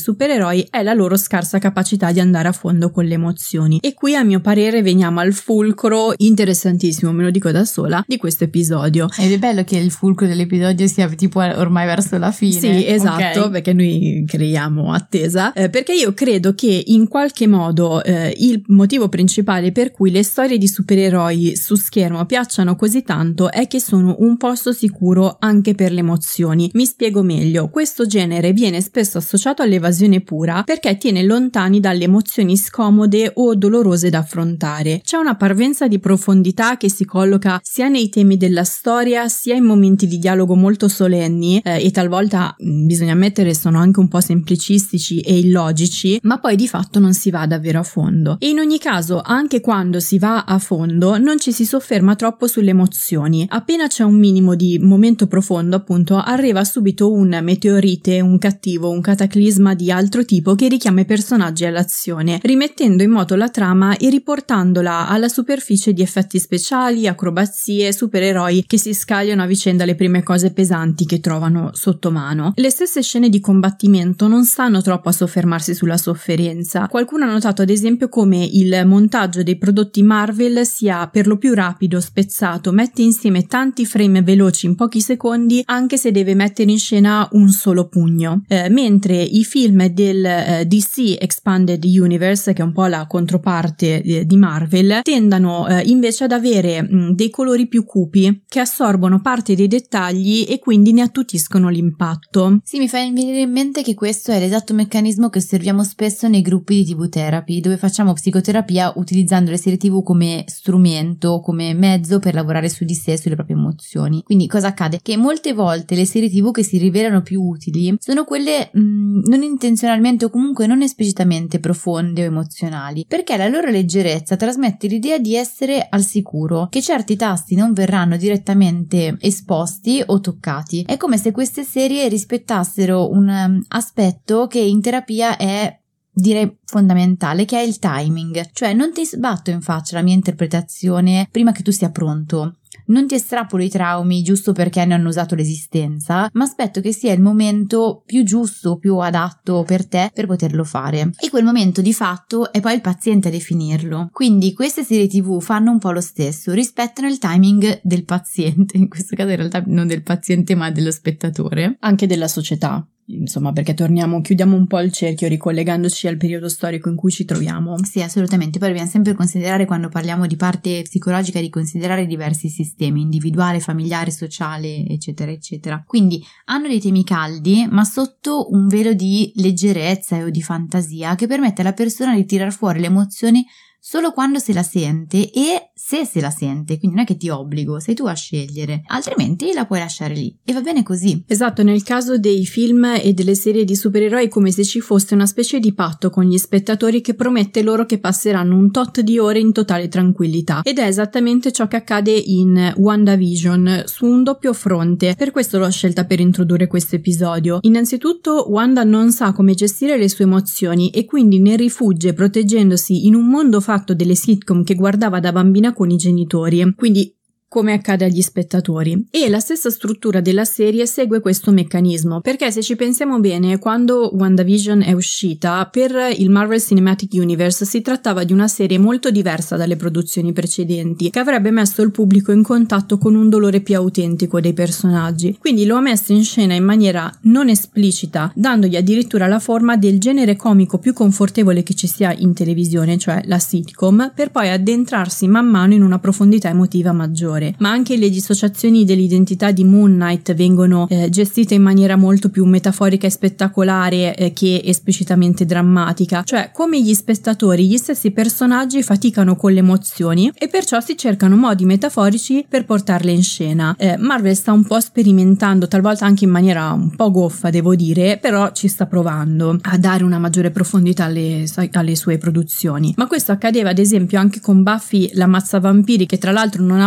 supereroi è la loro scarsa capacità di andare a fondo con le emozioni. E qui, a mio parere, veniamo al fulcro interessantissimo, me lo dico da sola, di questo episodio. Ed è bello che il fulcro dell'episodio sia tipo ormai verso la fine. Sì, esatto, okay. Perché noi creiamo attesa, perché io credo che in qualche modo il motivo principale per cui le storie di supereroi su schermo piacciono così tanto è che sono un posto sicuro anche per le emozioni. Mi spiego meglio: questo genere viene spesso associato all'evasione pura perché tiene lontani dalle emozioni scomode o dolorose da affrontare. C'è una parvenza di profondità che si colloca sia nei temi della storia sia in momenti di dialogo molto solenni e talvolta bisogna ammettere sono anche un po' semplicistici e illogici, ma poi di fatto non si va davvero a fondo. E in ogni caso, anche quando si va a fondo, non ci si sofferma troppo sulle emozioni. Appena c'è un minimo di momento profondo, appunto, arriva subito un meteorite, un cattivo, un cataclisma di altro tipo che richiama i personaggi all'azione, rimettendo in moto la trama e riportandola alla superficie di effetti speciali, acrobazie, supereroi che si scagliano a vicenda le prime cose pesanti che trovano sotto mano. Le stesse scene di combattimento non stanno troppo a soffermarsi sulla sofferenza. Qualcuno ha notato ad esempio come il montaggio dei prodotti Marvel sia per lo più rapido, spezzato, mette insieme tanti frame veloci in pochi secondi anche se deve mettere in scena un solo pugno, mentre i film del DC Expanded Universe, che è un po' la controparte di Marvel, tendano invece ad avere dei colori più cupi che assorbono parte dei dettagli e quindi ne attutiscono l'impatto. Sì, mi fa venire in mente che questo è l'esatto meccanismo che osserviamo spesso nei gruppi di TV therapy, dove facciamo psicoterapia utilizzando le serie TV come strumento, come mezzo per lavorare su di sé e sulle proprie emozioni. Quindi cosa accade? Che molte volte le serie TV che si rivelano più utili sono quelle non intenzionalmente o comunque non esplicitamente profonde o emozionali, perché la loro leggerezza trasmette l'idea di essere al sicuro, che certi tasti non verranno direttamente esposti o toccati. È come se queste serie rispettassero un aspetto che in terapia è, direi, fondamentale, che è il timing. Cioè non ti sbatto in faccia la mia interpretazione prima che tu sia pronto, non ti estrapolo i traumi giusto perché ne hanno usato l'esistenza, ma aspetto che sia il momento più giusto, più adatto per te per poterlo fare. E quel momento di fatto è poi il paziente a definirlo. Quindi queste serie TV fanno un po' lo stesso, rispettano il timing del paziente, in questo caso in realtà non del paziente ma dello spettatore, anche della società. Insomma, perché chiudiamo un po' il cerchio ricollegandoci al periodo storico in cui ci troviamo. Sì, assolutamente. Poi dobbiamo sempre considerare, quando parliamo di parte psicologica, di considerare diversi sistemi: individuale, familiare, sociale, eccetera eccetera. Quindi hanno dei temi caldi ma sotto un velo di leggerezza o di fantasia che permette alla persona di tirar fuori le emozioni solo quando se la sente e se la sente, quindi non è che ti obbligo, sei tu a scegliere, altrimenti la puoi lasciare lì e va bene così. Esatto, nel caso dei film e delle serie di supereroi è come se ci fosse una specie di patto con gli spettatori che promette loro che passeranno un tot di ore in totale tranquillità, ed è esattamente ciò che accade in WandaVision su un doppio fronte. Per questo l'ho scelta per introdurre questo episodio. Innanzitutto Wanda non sa come gestire le sue emozioni e quindi ne rifugge proteggendosi in un mondo fatto delle sitcom che guardava da bambina con i genitori, quindi come accade agli spettatori. E la stessa struttura della serie segue questo meccanismo, perché se ci pensiamo bene, quando WandaVision è uscita, per il Marvel Cinematic Universe si trattava di una serie molto diversa dalle produzioni precedenti, che avrebbe messo il pubblico in contatto con un dolore più autentico dei personaggi. Quindi lo ha messo in scena in maniera non esplicita, dandogli addirittura la forma del genere comico più confortevole che ci sia in televisione, cioè la sitcom, per poi addentrarsi man mano in una profondità emotiva maggiore. Ma anche le dissociazioni dell'identità di Moon Knight vengono gestite in maniera molto più metaforica e spettacolare che esplicitamente drammatica, cioè come gli spettatori, gli stessi personaggi faticano con le emozioni e perciò si cercano modi metaforici per portarle in scena. Marvel sta un po' sperimentando, talvolta anche in maniera un po' goffa devo dire, però ci sta provando a dare una maggiore profondità alle sue produzioni. Ma questo accadeva ad esempio anche con Buffy l'Ammazza Vampiri, che tra l'altro non ha un mantello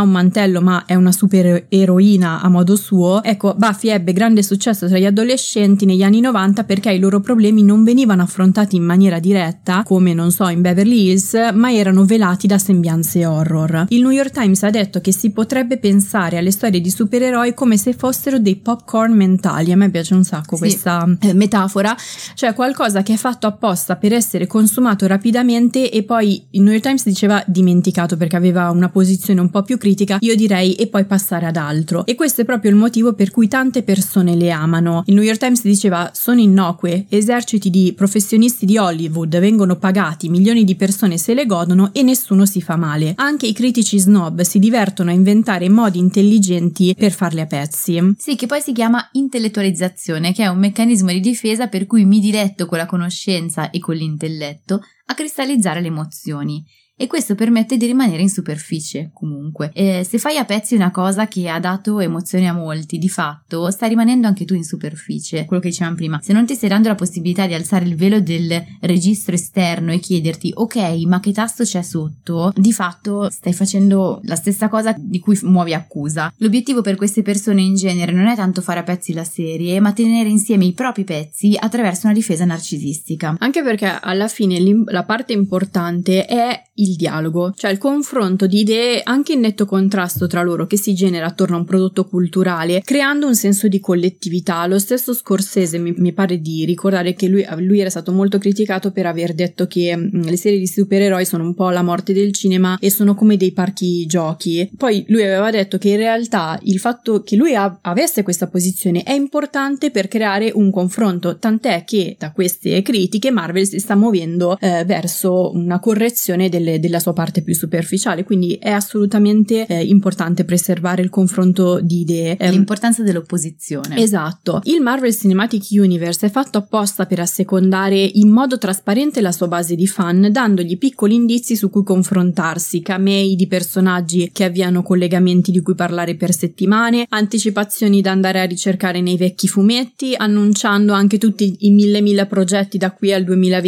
modello ma è una supereroina a modo suo. Ecco, Buffy ebbe grande successo tra gli adolescenti negli anni 90 perché i loro problemi non venivano affrontati in maniera diretta, come non so in Beverly Hills, ma erano velati da sembianze horror. Il New York Times ha detto che si potrebbe pensare alle storie di supereroi come se fossero dei popcorn mentali. A me piace un sacco questa metafora, cioè qualcosa che è fatto apposta per essere consumato rapidamente e poi il New York Times diceva dimenticato perché aveva una posizione un po' più critica, io direi e poi passare ad altro, e questo è proprio il motivo per cui tante persone le amano. Il New York Times diceva sono innocue, eserciti di professionisti di Hollywood vengono pagati, milioni di persone se le godono e nessuno si fa male. Anche i critici snob si divertono a inventare modi intelligenti per farle a pezzi. Sì, che poi si chiama intellettualizzazione, che è un meccanismo di difesa per cui mi diletto con la conoscenza e con l'intelletto a cristallizzare le emozioni. E questo permette di rimanere in superficie, comunque. Se fai a pezzi una cosa che ha dato emozioni a molti, di fatto stai rimanendo anche tu in superficie, quello che dicevamo prima. Se non ti stai dando la possibilità di alzare il velo del registro esterno e chiederti ok, ma che tasto c'è sotto, di fatto stai facendo la stessa cosa di cui muovi accusa. L'obiettivo per queste persone in genere non è tanto fare a pezzi la serie, ma tenere insieme i propri pezzi attraverso una difesa narcisistica. Anche perché alla fine la parte importante è il dialogo, cioè il confronto di idee anche in netto contrasto tra loro che si genera attorno a un prodotto culturale, creando un senso di collettività. Lo stesso Scorsese mi pare di ricordare che lui era stato molto criticato per aver detto che le serie di supereroi sono un po' la morte del cinema e sono come dei parchi giochi. Poi lui aveva detto che in realtà il fatto che lui avesse questa posizione è importante per creare un confronto, tant'è che da queste critiche Marvel si sta muovendo verso una correzione della sua parte più superficiale, quindi è assolutamente importante preservare il confronto di idee. L'importanza dell'opposizione. Esatto. Il Marvel Cinematic Universe è fatto apposta per assecondare in modo trasparente la sua base di fan, dandogli piccoli indizi su cui confrontarsi, camei di personaggi che avviano collegamenti di cui parlare per settimane, anticipazioni da andare a ricercare nei vecchi fumetti, annunciando anche tutti i mille progetti da qui al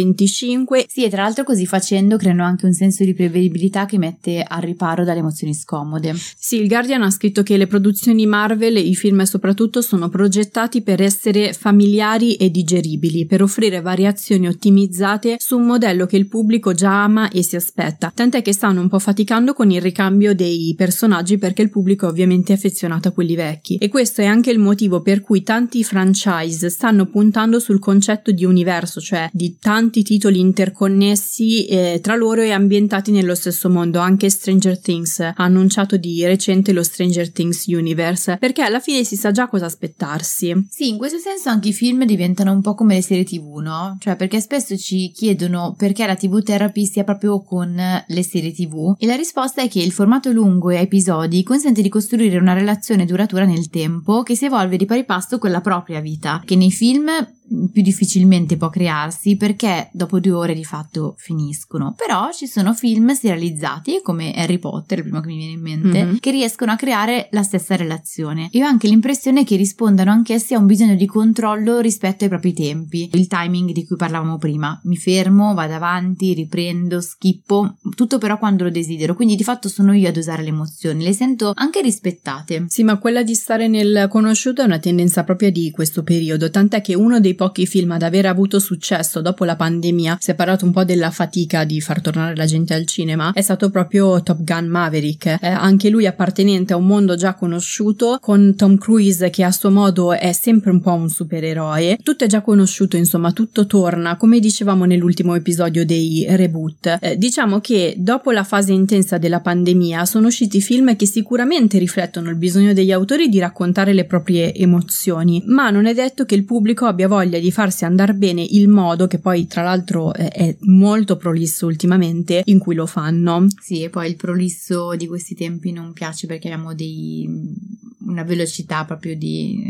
2025. Sì, e tra l'altro così facendo creano anche un senso di prevedibilità che mette al riparo dalle emozioni scomode. Sì, il Guardian ha scritto che le produzioni Marvel, i film soprattutto, sono progettati per essere familiari e digeribili, per offrire variazioni ottimizzate su un modello che il pubblico già ama e si aspetta, tant'è che stanno un po' faticando con il ricambio dei personaggi perché il pubblico è ovviamente affezionato a quelli vecchi, e questo è anche il motivo per cui tanti franchise stanno puntando sul concetto di universo, cioè di tanti titoli interconnessi tra loro e ambientati nello stesso mondo. Anche Stranger Things ha annunciato di recente lo Stranger Things Universe, perché alla fine si sa già cosa aspettarsi. Sì, in questo senso anche i film diventano un po' come le serie TV, no? Cioè, perché spesso ci chiedono perché la TV Therapy stia proprio con le serie TV, e la risposta è che il formato lungo e a episodi consente di costruire una relazione duratura nel tempo che si evolve di pari passo con la propria vita, che nei film più difficilmente può crearsi perché dopo 2 ore di fatto finiscono. Però ci sono film serializzati come Harry Potter, il primo che mi viene in mente, che riescono a creare la stessa relazione. Io ho anche l'impressione che rispondano anch'essi a un bisogno di controllo rispetto ai propri tempi, il timing di cui parlavamo prima. Mi fermo, vado avanti, riprendo, schippo, tutto però quando lo desidero, quindi di fatto sono io ad usare le emozioni, le sento anche rispettate. Sì, ma quella di stare nel conosciuto è una tendenza propria di questo periodo, tant'è che uno dei pochi film ad aver avuto successo dopo la pandemia, si è parlato un po' della fatica di far tornare la gente al cinema, è stato proprio Top Gun Maverick, anche lui appartenente a un mondo già conosciuto, con Tom Cruise che a suo modo è sempre un po' un supereroe. Tutto è già conosciuto, insomma tutto torna, come dicevamo nell'ultimo episodio dei reboot. Diciamo che dopo la fase intensa della pandemia sono usciti film che sicuramente riflettono il bisogno degli autori di raccontare le proprie emozioni, ma non è detto che il pubblico abbia voglia di farsi andar bene il modo, che poi tra l'altro è molto prolisso ultimamente, in cui lo fanno. Sì, e poi il prolisso di questi tempi non piace perché abbiamo una velocità proprio di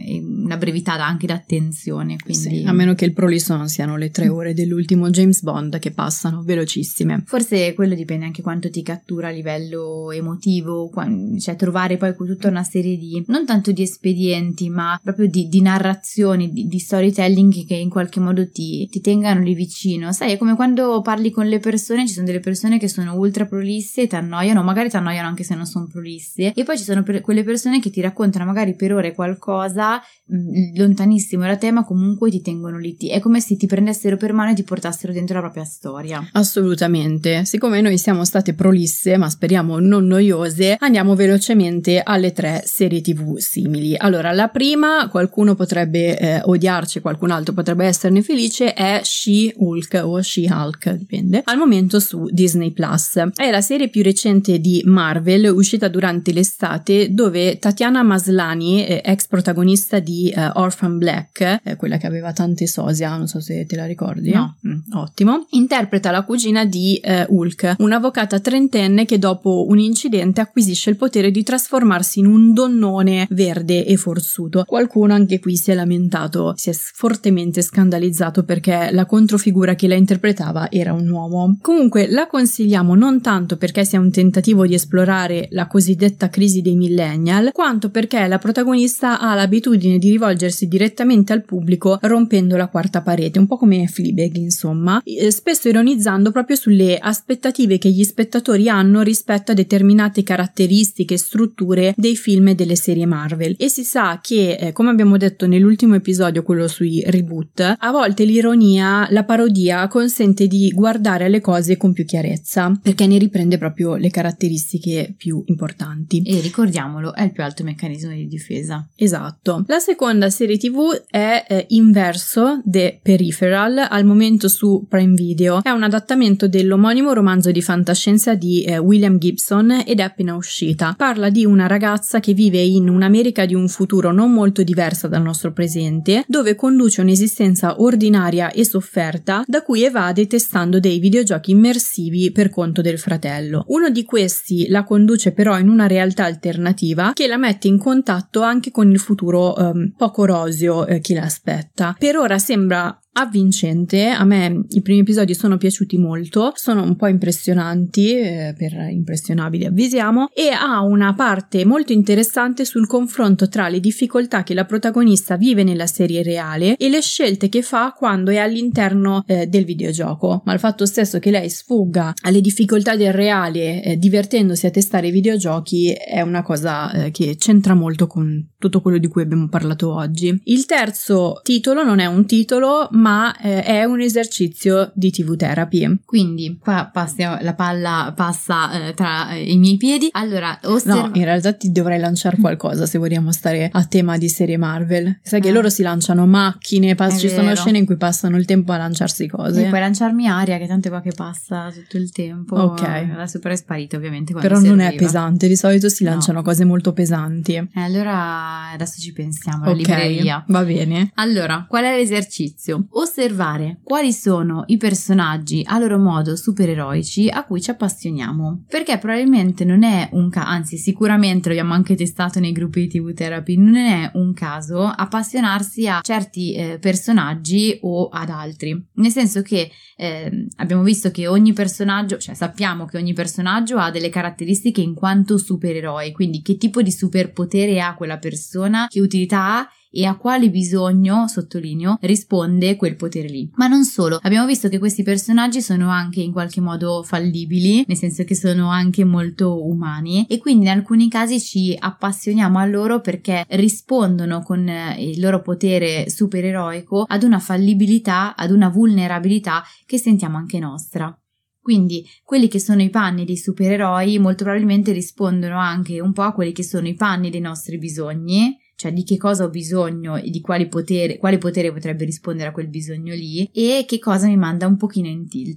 una brevità anche d'attenzione, quindi sì, a meno che il prolisso non siano le 3 ore dell'ultimo James Bond che passano velocissime. Forse quello dipende anche quanto ti cattura a livello emotivo, cioè trovare poi tutta una serie di, non tanto di espedienti, ma proprio di narrazioni, di storytelling che in qualche modo ti tengano lì vicino. Sai, è come quando parli con le persone, ci sono delle persone che sono ultra prolisse e ti annoiano, magari ti annoiano anche se non sono prolisse, e poi ci sono quelle persone che ti raccontano magari per ore qualcosa lontanissimo da te, ma comunque ti tengono lì, è come se ti prendessero per mano e ti portassero dentro la propria storia. Assolutamente. Siccome noi siamo state prolisse, ma speriamo non noiose, andiamo velocemente alle 3 serie TV simili. Allora, la prima, qualcuno potrebbe odiarci, qualcun altro potrebbe esserne felice, è She-Hulk o She-Hulk, dipende, al momento su Disney Plus. È la serie più recente di Marvel, uscita durante l'estate, dove Tatiana Maslany, ex protagonista di Orphan Black, quella che aveva tante sosia, non so se te la ricordi. No. Ottimo. Interpreta la cugina di Hulk, un'avvocata trentenne che dopo un incidente acquisisce il potere di trasformarsi in un donnone verde e forzuto. Qualcuno anche qui si è lamentato, si è fortemente scandalizzato perché la controfigura che la interpretava era un uomo. Comunque la consigliamo non tanto perché sia un tentativo di esplorare la cosiddetta crisi dei millennial, quanto perché la protagonista ha l'abitudine di rivolgersi direttamente al pubblico rompendo la quarta parete, un po' come Fleabag, insomma, spesso ironizzando proprio sulle aspettative che gli spettatori hanno rispetto a determinate caratteristiche e strutture dei film e delle serie Marvel. E si sa che, come abbiamo detto nell'ultimo episodio, quello sui reboot, a volte l'ironia, la parodia consente di guardare alle cose con più chiarezza, perché ne riprende proprio le caratteristiche più importanti. E ricordiamolo, è il più alto meccanismo di difesa. Esatto. La seconda serie TV è Inverso, The Peripheral, al momento su Prime Video. È un adattamento dell'omonimo romanzo di fantascienza di William Gibson ed è appena uscita. Parla di una ragazza che vive in un'America di un futuro non molto diversa dal nostro presente, dove conduce un'esistenza ordinaria e sofferta, da cui evade testando dei videogiochi immersivi per conto del fratello. Uno di questi la conduce però in una realtà alternativa che la mette in contatto anche con il futuro poco roseo che la aspetta. Per ora sembra avvincente, a me i primi episodi sono piaciuti molto, sono un po' impressionanti, per impressionabili avvisiamo, e ha una parte molto interessante sul confronto tra le difficoltà che la protagonista vive nella serie reale e le scelte che fa quando è all'interno del videogioco. Ma il fatto stesso che lei sfugga alle difficoltà del reale divertendosi a testare i videogiochi è una cosa che c'entra molto con tutto quello di cui abbiamo parlato oggi. Il terzo titolo non è un titolo, ma è un esercizio di TV therapy. Quindi qua la palla passa tra i miei piedi. Allora, no, in realtà ti dovrei lanciare qualcosa se vogliamo stare a tema di serie Marvel. Sai che loro si lanciano macchine, ci sono scene in cui passano il tempo a lanciarsi cose. E puoi lanciarmi aria, che tanto è qua che passa tutto il tempo. Ok. Adesso però è sparito ovviamente. Però non serviva. È pesante, di solito si lanciano cose molto pesanti. Allora adesso ci pensiamo, la libreria. Va bene. Allora, qual è l'esercizio? Osservare quali sono i personaggi a loro modo supereroici a cui ci appassioniamo, perché probabilmente non è anzi sicuramente lo abbiamo anche testato nei gruppi di TV Therapy, non è un caso appassionarsi a certi personaggi o ad altri, nel senso che abbiamo visto che ogni personaggio, cioè sappiamo che ogni personaggio ha delle caratteristiche in quanto supereroi, quindi che tipo di superpotere ha quella persona, che utilità ha e a quale bisogno, sottolineo, risponde quel potere lì. Ma non solo, abbiamo visto che questi personaggi sono anche in qualche modo fallibili, nel senso che sono anche molto umani, e quindi in alcuni casi ci appassioniamo a loro perché rispondono con il loro potere supereroico ad una fallibilità, ad una vulnerabilità che sentiamo anche nostra. Quindi quelli che sono i panni dei supereroi molto probabilmente rispondono anche un po' a quelli che sono i panni dei nostri bisogni, cioè di che cosa ho bisogno e di quale potere potrebbe rispondere a quel bisogno lì, e che cosa mi manda un pochino in tilt.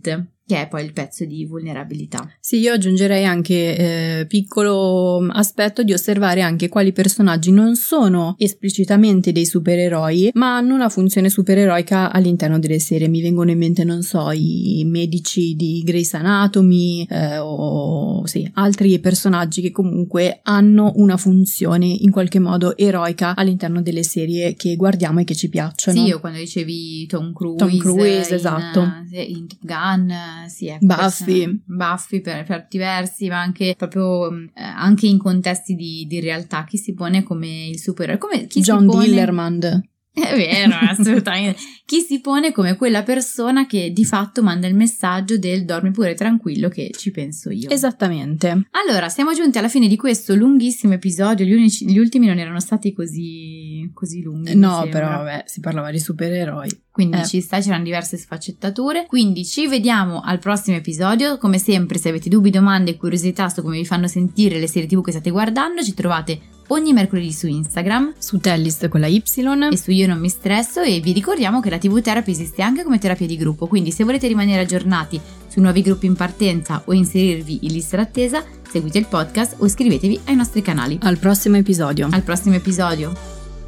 che è poi il pezzo di vulnerabilità. Sì, io aggiungerei anche piccolo aspetto di osservare anche quali personaggi non sono esplicitamente dei supereroi, ma hanno una funzione supereroica all'interno delle serie. Mi vengono in mente, non so, i medici di Grey's Anatomy o sì, altri personaggi che comunque hanno una funzione in qualche modo eroica all'interno delle serie che guardiamo e che ci piacciono. Sì, io quando dicevi Tom Cruise esatto. In Top Gun, sì, ecco, Buffy per certi versi, ma anche proprio anche in contesti di realtà, chi si pone come il supereroe, come chi John si pone... Dillermand. È vero, assolutamente. Chi si pone come quella persona che di fatto manda il messaggio del dormi pure tranquillo che ci penso io. Esattamente. Allora, siamo giunti alla fine di questo lunghissimo episodio. Gli ultimi non erano stati così lunghi. No, però vabbè, si parlava di supereroi. Quindi ci sta, c'erano diverse sfaccettature. Quindi ci vediamo al prossimo episodio. Come sempre, se avete dubbi, domande e curiosità su come vi fanno sentire le serie TV che state guardando, ci trovate ogni mercoledì su Instagram, su Tellist con la Y e su Io non mi stresso, e vi ricordiamo che la TV Therapy esiste anche come terapia di gruppo, quindi se volete rimanere aggiornati su nuovi gruppi in partenza o inserirvi in lista d'attesa, seguite il podcast o iscrivetevi ai nostri canali. Al prossimo episodio. Al prossimo episodio.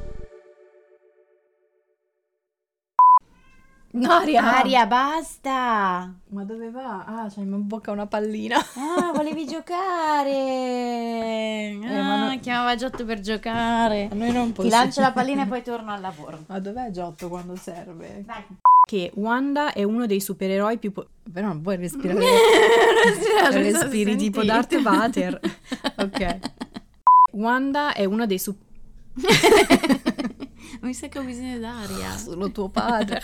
Aria, basta! Ma dove va? Ah, c'hai in bocca una pallina. Ah, volevi giocare! Chiamava Giotto per giocare. A noi non possiamo. Ti lancio la pallina e poi torno al lavoro. Ma dov'è Giotto quando serve? Dai. Che Wanda è uno dei supereroi più però non puoi respirare. Respiri tipo Darth Vader. Ok. Wanda è uno dei Mi sa che ho bisogno d'aria. Sono tuo padre.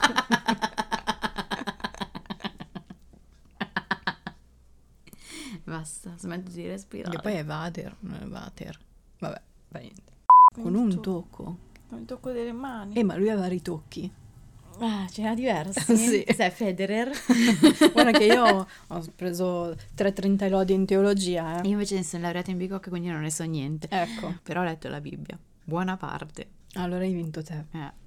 Basta, smetto di respirare. E poi è Vader, non è Vader. Vabbè, fa niente. Con un tocco. Con il tocco delle mani. Ma lui aveva ritocchi. Ah, ce n'ha diversi. Sì. Sei Federer. Guarda che io ho preso 3 lodi in teologia. Io invece ne sono laureata in bicocca, quindi non ne so niente. Ecco. Però ho letto la Bibbia. Buona parte. Allora hai vinto te.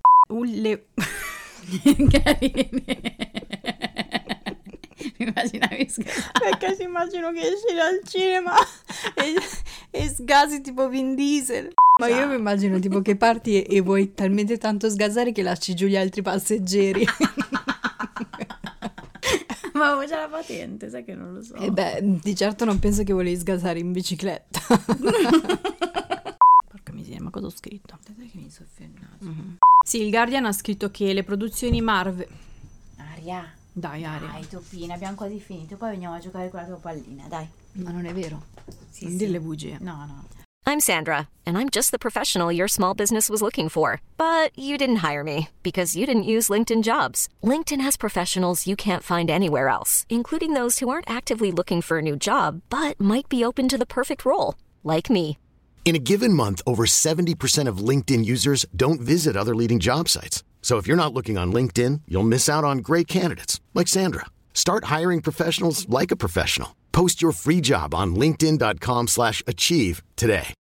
Mi immaginavi scherzare. Perché si immagino che esci dal cinema e sgasi tipo Vin Diesel. Ma io mi immagino tipo che parti e vuoi talmente tanto sgasare che lasci giù gli altri passeggeri. Ma c'è la patente, sai che non lo so. E beh, di certo non penso che volevi sgasare in bicicletta. Porca miseria, ma cosa ho scritto? Aspetta che mi soffio il naso. Sì, il Guardian ha scritto che le produzioni Marvel... Aria. Dai, Aria. Dai, Topina, abbiamo quasi finito. Poi veniamo a giocare con la tua pallina, dai. Ma non è vero. Sì, Non dire le bugie. No. I'm Sandra, and I'm just the professional your small business was looking for. But you didn't hire me because you didn't use LinkedIn Jobs. LinkedIn has professionals you can't find anywhere else, including those who aren't actively looking for a new job, but might be open to the perfect role, like me. In a given month, over 70% of LinkedIn users don't visit other leading job sites. So if you're not looking on LinkedIn, you'll miss out on great candidates like Sandra. Start hiring professionals like a professional. Post your free job on linkedin.com/achieve today.